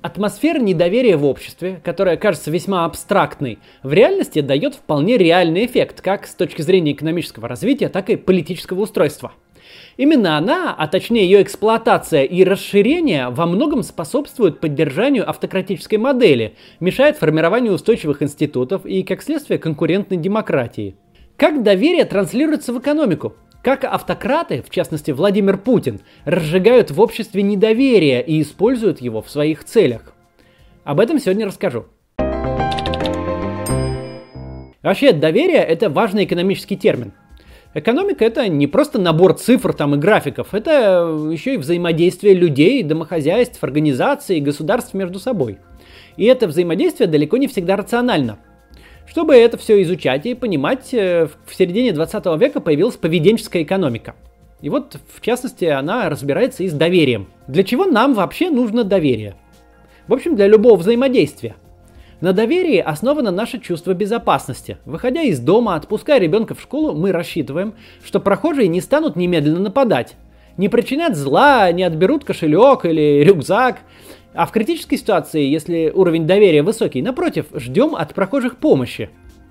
Атмосфера недоверия в обществе, которая кажется весьма абстрактной, в реальности дает вполне реальный эффект, как с точки зрения экономического развития, так и политического устройства. Именно она, а точнее ее эксплуатация и расширение, во многом способствуют поддержанию автократической модели, мешает формированию устойчивых институтов и, как следствие, конкурентной демократии. Как доверие транслируется в экономику? Как автократы, в частности Владимир Путин, разжигают в обществе недоверие и используют его в своих целях? Об этом сегодня расскажу. Вообще, доверие – это важный экономический термин. Экономика – это не просто набор цифр и графиков, это еще и взаимодействие людей, домохозяйств, организаций и государств между собой. И это взаимодействие далеко не всегда рационально. Чтобы это все изучать и понимать, в середине 20 века появилась поведенческая экономика. И вот, в частности, она разбирается и с доверием. Для чего нам вообще нужно доверие? В общем, для любого взаимодействия. На доверии основано наше чувство безопасности. Выходя из дома, отпуская ребенка в школу, мы рассчитываем, что прохожие не станут немедленно нападать, не причинят зла, не отберут кошелек или рюкзак. А в критической ситуации, если уровень доверия высокий, напротив, ждем от прохожих помощи.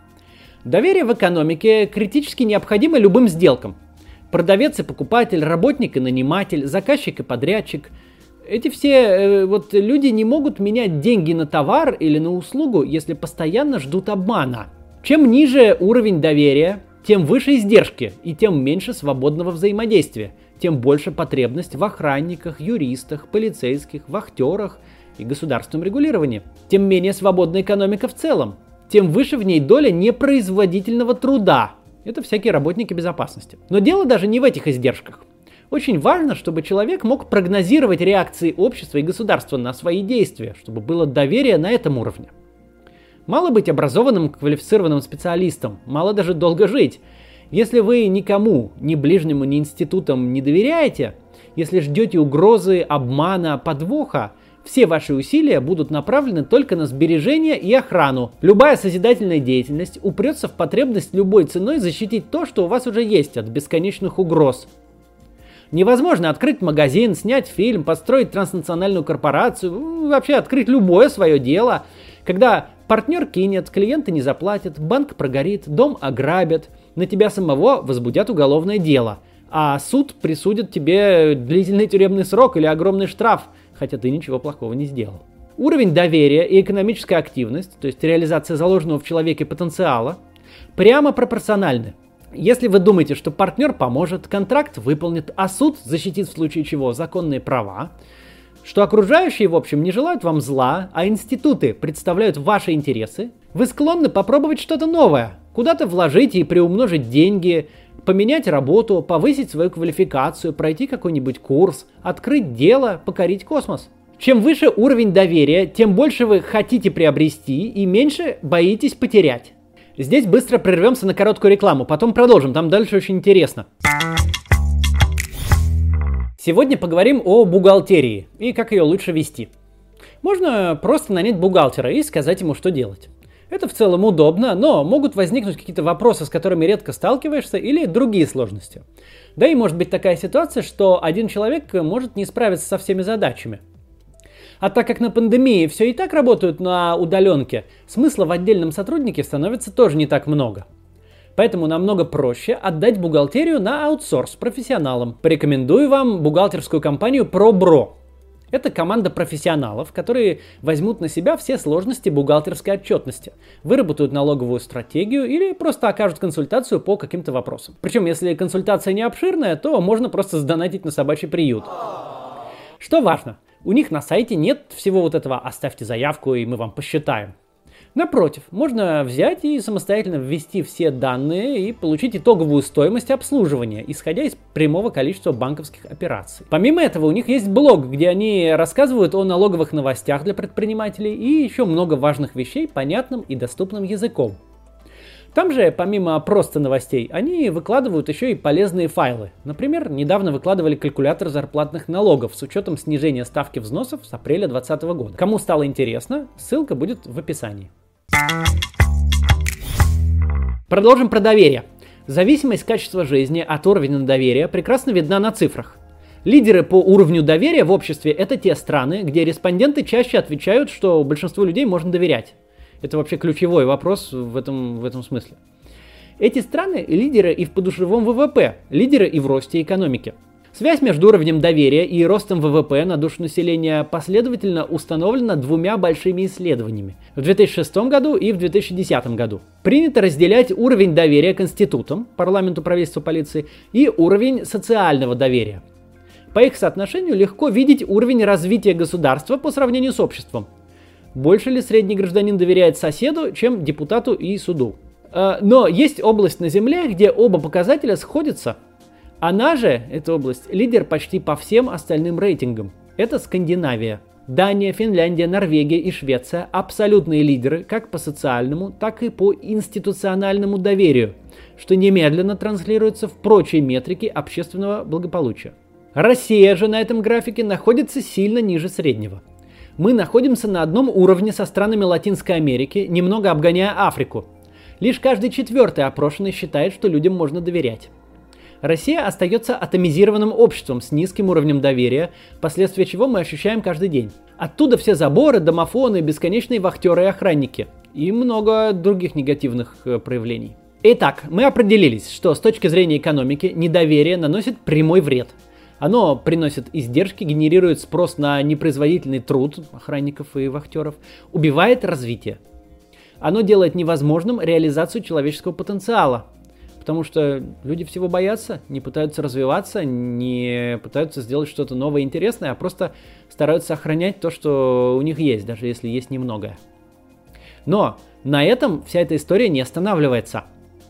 Доверие в экономике критически необходимо любым сделкам. Продавец и покупатель, работник и наниматель, заказчик и подрядчик. Эти все люди не могут менять деньги на товар или на услугу, если постоянно ждут обмана. Чем ниже уровень доверия, тем выше издержки и тем меньше свободного взаимодействия. Тем больше потребность в охранниках, юристах, полицейских, вахтерах и государственном регулировании. Тем менее свободна экономика в целом. Тем выше в ней доля непроизводительного труда. Это всякие работники безопасности. Но дело даже не в этих издержках. Очень важно, чтобы человек мог прогнозировать реакции общества и государства на свои действия, чтобы было доверие на этом уровне. Мало быть образованным, квалифицированным специалистом, мало даже долго жить. Если вы никому, ни ближнему, ни институтам не доверяете, если ждете угрозы, обмана, подвоха, все ваши усилия будут направлены только на сбережение и охрану. Любая созидательная деятельность упрется в потребность любой ценой защитить то, что у вас уже есть, от бесконечных угроз. Невозможно открыть магазин, снять фильм, построить транснациональную корпорацию, вообще открыть любое свое дело, когда партнер кинет, клиенты не заплатят, банк прогорит, дом ограбят, на тебя самого возбудят уголовное дело, а суд присудит тебе длительный тюремный срок или огромный штраф, хотя ты ничего плохого не сделал. Уровень доверия и экономическая активность, то есть реализация заложенного в человеке потенциала, прямо пропорциональны. Если вы думаете, что партнер поможет, контракт выполнит, а суд защитит в случае чего законные права, что окружающие, в общем, не желают вам зла, а институты представляют ваши интересы, вы склонны попробовать что-то новое, куда-то вложить и приумножить деньги, поменять работу, повысить свою квалификацию, пройти какой-нибудь курс, открыть дело, покорить космос. Чем выше уровень доверия, тем больше вы хотите приобрести и меньше боитесь потерять. Здесь быстро прервемся на короткую рекламу, потом продолжим, там дальше очень интересно. Сегодня поговорим о бухгалтерии и как ее лучше вести. Можно просто нанять бухгалтера и сказать ему, что делать. Это в целом удобно, но могут возникнуть какие-то вопросы, с которыми редко сталкиваешься, или другие сложности. Да и может быть такая ситуация, что один человек может не справиться со всеми задачами. А так как на пандемии все и так работают на удаленке, смысла в отдельном сотруднике становится тоже не так много. Поэтому намного проще отдать бухгалтерию на аутсорс профессионалам. Порекомендую вам бухгалтерскую компанию ProBro. Это команда профессионалов, которые возьмут на себя все сложности бухгалтерской отчетности, выработают налоговую стратегию или просто окажут консультацию по каким-то вопросам. Причем, если консультация не обширная, то можно просто сдонатить на собачий приют. Что важно, у них на сайте нет всего вот этого «оставьте заявку и мы вам посчитаем». Напротив, можно взять и самостоятельно ввести все данные и получить итоговую стоимость обслуживания, исходя из прямого количества банковских операций. Помимо этого, у них есть блог, где они рассказывают о налоговых новостях для предпринимателей и еще много важных вещей понятным и доступным языком. Там же, помимо просто новостей, они выкладывают еще и полезные файлы. Например, недавно выкладывали калькулятор зарплатных налогов с учетом снижения ставки взносов с апреля 2020 года. Кому стало интересно, ссылка будет в описании. Продолжим про доверие. Зависимость качества жизни от уровня доверия прекрасно видна на цифрах. Лидеры по уровню доверия в обществе – это те страны, где респонденты чаще отвечают, что большинству людей можно доверять. Это вообще ключевой вопрос в этом смысле. Эти страны – лидеры и в подушевом ВВП, лидеры и в росте экономики. Связь между уровнем доверия и ростом ВВП на душу населения последовательно установлена двумя большими исследованиями в 2006 году и в 2010 году. Принято разделять уровень доверия к институтам, парламенту, правительству, полиции и уровень социального доверия. По их соотношению легко видеть уровень развития государства по сравнению с обществом. Больше ли средний гражданин доверяет соседу, чем депутату и суду? Но есть область на Земле, где оба показателя сходятся. Она же, эта область, лидер почти по всем остальным рейтингам. Это Скандинавия. Дания, Финляндия, Норвегия и Швеция – абсолютные лидеры как по социальному, так и по институциональному доверию, что немедленно транслируется в прочие метрики общественного благополучия. Россия же на этом графике находится сильно ниже среднего. Мы находимся на одном уровне со странами Латинской Америки, немного обгоняя Африку. Лишь каждый четвертый опрошенный считает, что людям можно доверять. Россия остается атомизированным обществом с низким уровнем доверия, последствия чего мы ощущаем каждый день. Оттуда все заборы, домофоны, бесконечные вахтеры и охранники. И много других негативных проявлений. Итак, мы определились, что с точки зрения экономики недоверие наносит прямой вред. Оно приносит издержки, генерирует спрос на непроизводительный труд охранников и вахтеров, убивает развитие. Оно делает невозможным реализацию человеческого потенциала. Потому что люди всего боятся, не пытаются развиваться, не пытаются сделать что-то новое и интересное, а просто стараются охранять то, что у них есть, даже если есть немногое. Но на этом вся эта история не останавливается.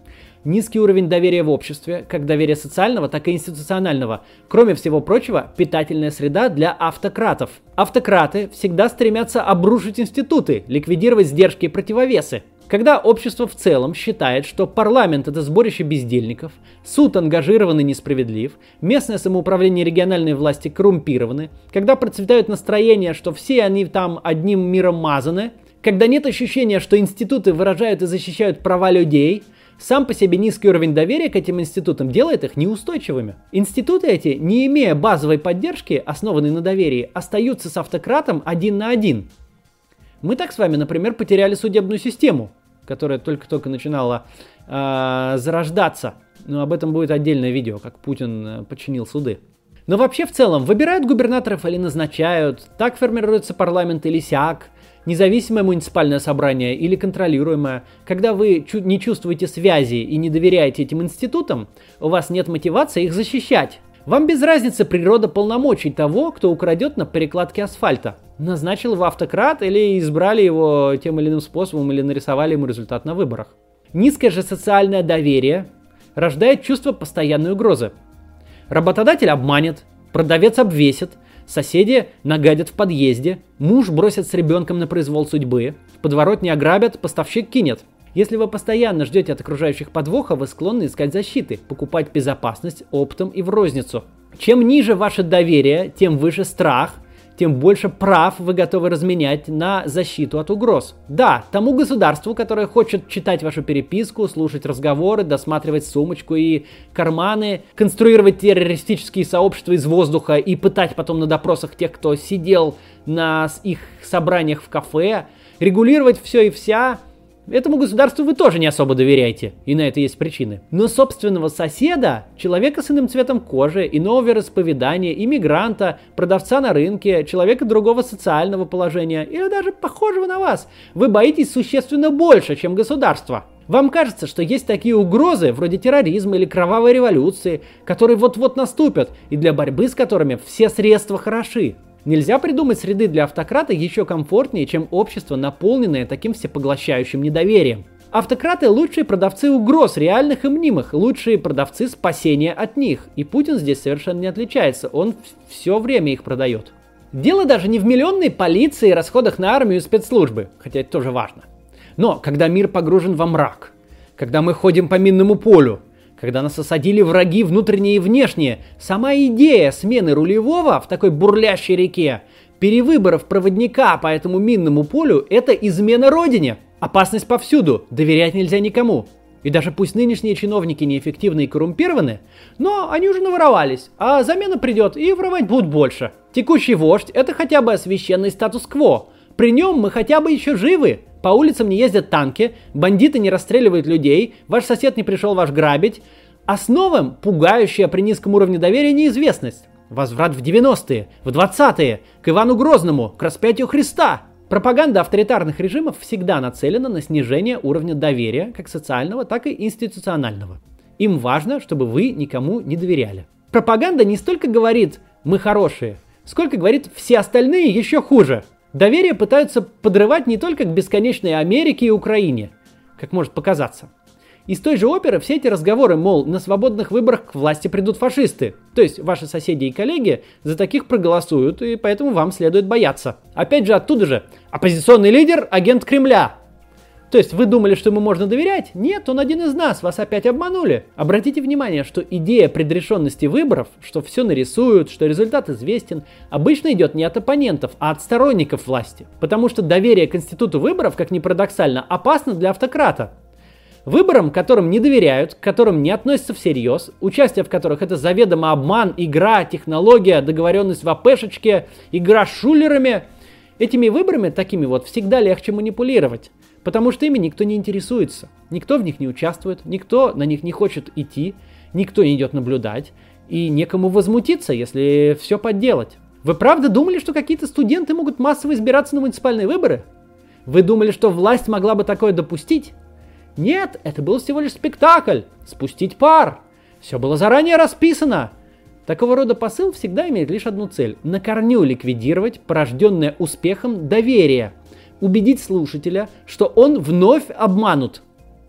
Низкий уровень доверия в обществе, как доверия социального, так и институционального. Кроме всего прочего, питательная среда для автократов. Автократы всегда стремятся обрушить институты, ликвидировать сдержки и противовесы. Когда общество в целом считает, что парламент – это сборище бездельников, суд ангажирован и несправедлив, местное самоуправление и региональные власти коррумпированы, когда процветают настроения, что все они там одним миром мазаны, когда нет ощущения, что институты выражают и защищают права людей, сам по себе низкий уровень доверия к этим институтам делает их неустойчивыми. Институты эти, не имея базовой поддержки, основанной на доверии, остаются с автократом один на один. Мы так с вами, например, потеряли судебную систему, которая только-только начинала зарождаться. Но об этом будет отдельное видео, как Путин подчинил суды. Но вообще в целом, выбирают губернаторов или назначают, так формируется парламент или сяк, независимое муниципальное собрание или контролируемое. Когда вы не чувствуете связи и не доверяете этим институтам, у вас нет мотивации их защищать. Вам без разницы природа полномочий того, кто украдет на перекладке асфальта. Назначил его автократ или избрали его тем или иным способом, или нарисовали ему результат на выборах. Низкое же социальное доверие рождает чувство постоянной угрозы. Работодатель обманет, продавец обвесит, соседи нагадят в подъезде, муж бросит с ребенком на произвол судьбы, в подворотне ограбят, поставщик кинет. Если вы постоянно ждете от окружающих подвоха, вы склонны искать защиты, покупать безопасность оптом и в розницу. Чем ниже ваше доверие, тем выше страх, тем больше прав вы готовы разменять на защиту от угроз. Да, тому государству, которое хочет читать вашу переписку, слушать разговоры, досматривать сумочку и карманы, конструировать террористические сообщества из воздуха и пытать потом на допросах тех, кто сидел на их собраниях в кафе, регулировать все и вся. Этому государству вы тоже не особо доверяете, и на это есть причины. Но собственного соседа, человека с иным цветом кожи, иного вероисповедания, иммигранта, продавца на рынке, человека другого социального положения, или даже похожего на вас, вы боитесь существенно больше, чем государство. Вам кажется, что есть такие угрозы, вроде терроризма или кровавой революции, которые вот-вот наступят, и для борьбы с которыми все средства хороши. Нельзя придумать среды для автократа еще комфортнее, чем общество, наполненное таким всепоглощающим недоверием. Автократы – лучшие продавцы угроз, реальных и мнимых, лучшие продавцы спасения от них. И Путин здесь совершенно не отличается, он все время их продает. Дело даже не в миллионной полиции, расходах на армию и спецслужбы, хотя это тоже важно. Но когда мир погружен во мрак, когда мы ходим по минному полю, когда нас осадили враги внутренние и внешние, сама идея смены рулевого в такой бурлящей реке, перевыборов проводника по этому минному полю – это измена родине. Опасность повсюду, доверять нельзя никому. И даже пусть нынешние чиновники неэффективны и коррумпированы, но они уже наворовались, а замена придет и воровать будут больше. Текущий вождь – это хотя бы священный статус-кво. При нем мы хотя бы еще живы. По улицам не ездят танки, бандиты не расстреливают людей, ваш сосед не пришел вас грабить. А с новым, пугающая при низком уровне доверия, неизвестность. Возврат в 90-е, в 20-е, к Ивану Грозному, к распятию Христа. Пропаганда авторитарных режимов всегда нацелена на снижение уровня доверия, как социального, так и институционального. Им важно, чтобы вы никому не доверяли. Пропаганда не столько говорит «мы хорошие», сколько говорит «все остальные еще хуже». Доверие пытаются подрывать не только к бесконечной Америке и Украине, как может показаться. Из той же оперы все эти разговоры, мол, на свободных выборах к власти придут фашисты. То есть ваши соседи и коллеги за таких проголосуют, и поэтому вам следует бояться. Опять же оттуда же. Оппозиционный лидер – агент Кремля. То есть вы думали, что ему можно доверять? Нет, он один из нас, вас опять обманули. Обратите внимание, что идея предрешенности выборов, что все нарисуют, что результат известен, обычно идет не от оппонентов, а от сторонников власти. Потому что доверие к институту выборов, как ни парадоксально, опасно для автократа. Выборам, которым не доверяют, к которым не относятся всерьез, участие в которых это заведомо обман, игра, технология, договоренность в АПшечке, игра с шулерами, этими выборами такими вот всегда легче манипулировать, потому что ими никто не интересуется, никто в них не участвует, никто на них не хочет идти, никто не идет наблюдать, и некому возмутиться, если все подделать. Вы правда думали, что какие-то студенты могут массово избираться на муниципальные выборы? Вы думали, что власть могла бы такое допустить? Нет, это был всего лишь спектакль, спустить пар. Все было заранее расписано. Такого рода посыл всегда имеет лишь одну цель – на корню ликвидировать порожденное успехом доверие, убедить слушателя, что он вновь обманут.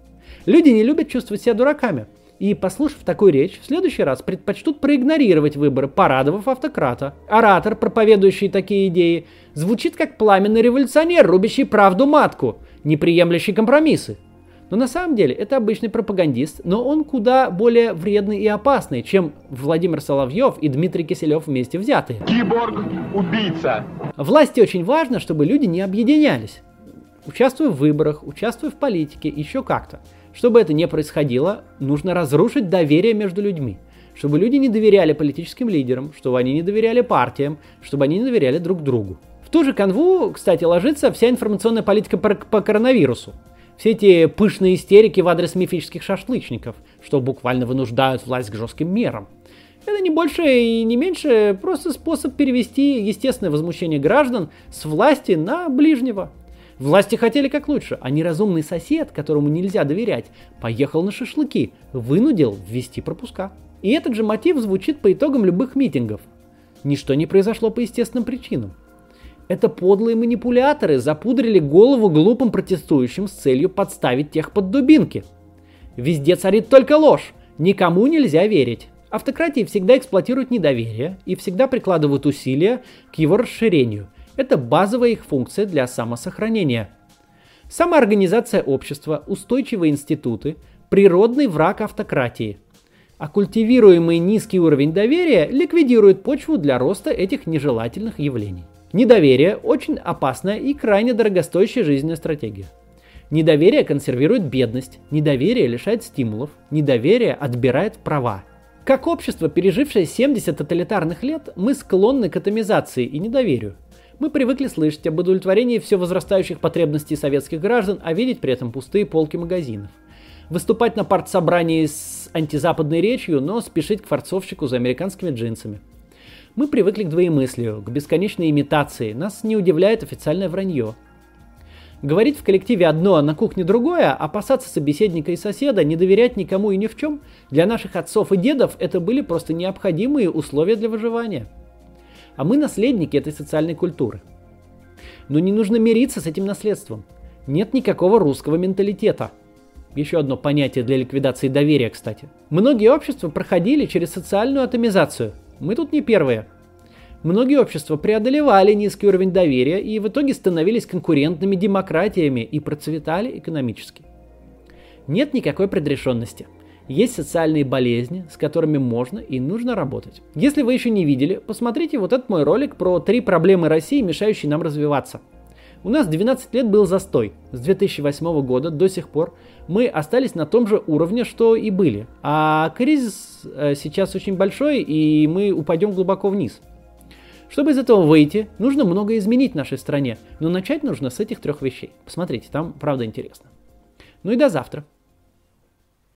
Люди не любят чувствовать себя дураками, и, послушав такую речь, в следующий раз предпочтут проигнорировать выборы, порадовав автократа. Оратор, проповедующий такие идеи, звучит как пламенный революционер, рубящий правду матку, не приемлющий компромиссы. Но на самом деле это обычный пропагандист, но он куда более вредный и опасный, чем Владимир Соловьев и Дмитрий Киселев вместе взятые. Киборг-убийца. Власти очень важно, чтобы люди не объединялись. Участвуя в выборах, участвуя в политике, еще как-то. Чтобы это не происходило, нужно разрушить доверие между людьми. Чтобы люди не доверяли политическим лидерам, чтобы они не доверяли партиям, чтобы они не доверяли друг другу. В ту же канву, кстати, ложится вся информационная политика по коронавирусу. Все эти пышные истерики в адрес мифических шашлычников, что буквально вынуждают власть к жестким мерам. Это не больше и не меньше просто способ перевести естественное возмущение граждан с власти на ближнего. Власти хотели как лучше, а неразумный сосед, которому нельзя доверять, поехал на шашлыки, вынудил ввести пропуска. И этот же мотив звучит по итогам любых митингов. Ничто не произошло по естественным причинам. Это подлые манипуляторы запудрили голову глупым протестующим с целью подставить тех под дубинки. Везде царит только ложь, никому нельзя верить. Автократии всегда эксплуатируют недоверие и всегда прикладывают усилия к его расширению. Это базовая их функция для самосохранения. Самоорганизация общества, устойчивые институты – природный враг автократии. А культивируемый низкий уровень доверия ликвидирует почву для роста этих нежелательных явлений. Недоверие – очень опасная и крайне дорогостоящая жизненная стратегия. Недоверие консервирует бедность, недоверие лишает стимулов, недоверие отбирает права. Как общество, пережившее 70 тоталитарных лет, мы склонны к атомизации и недоверию. Мы привыкли слышать об удовлетворении все возрастающих потребностей советских граждан, а видеть при этом пустые полки магазинов. Выступать на партсобрании с антизападной речью, но спешить к форцовщику за американскими джинсами. Мы привыкли к двоемыслию, к бесконечной имитации, нас не удивляет официальное вранье. Говорить в коллективе одно, а на кухне другое, опасаться собеседника и соседа, не доверять никому и ни в чем, для наших отцов и дедов это были просто необходимые условия для выживания. А мы наследники этой социальной культуры. Но не нужно мириться с этим наследством. Нет никакого русского менталитета. Еще одно понятие для ликвидации доверия, кстати. Многие общества проходили через социальную атомизацию. Мы тут не первые. Многие общества преодолевали низкий уровень доверия и в итоге становились конкурентными демократиями и процветали экономически. Нет никакой предрешенности. Есть социальные болезни, с которыми можно и нужно работать. Если вы еще не видели, посмотрите вот этот мой ролик про 3 проблемы России, мешающие нам развиваться. У нас 12 лет был застой. С 2008 года до сих пор мы остались на том же уровне, что и были. А кризис сейчас очень большой, и мы упадем глубоко вниз. Чтобы из этого выйти, нужно много изменить в нашей стране. Но начать нужно с этих 3 вещей. Посмотрите, там правда интересно. Ну и до завтра.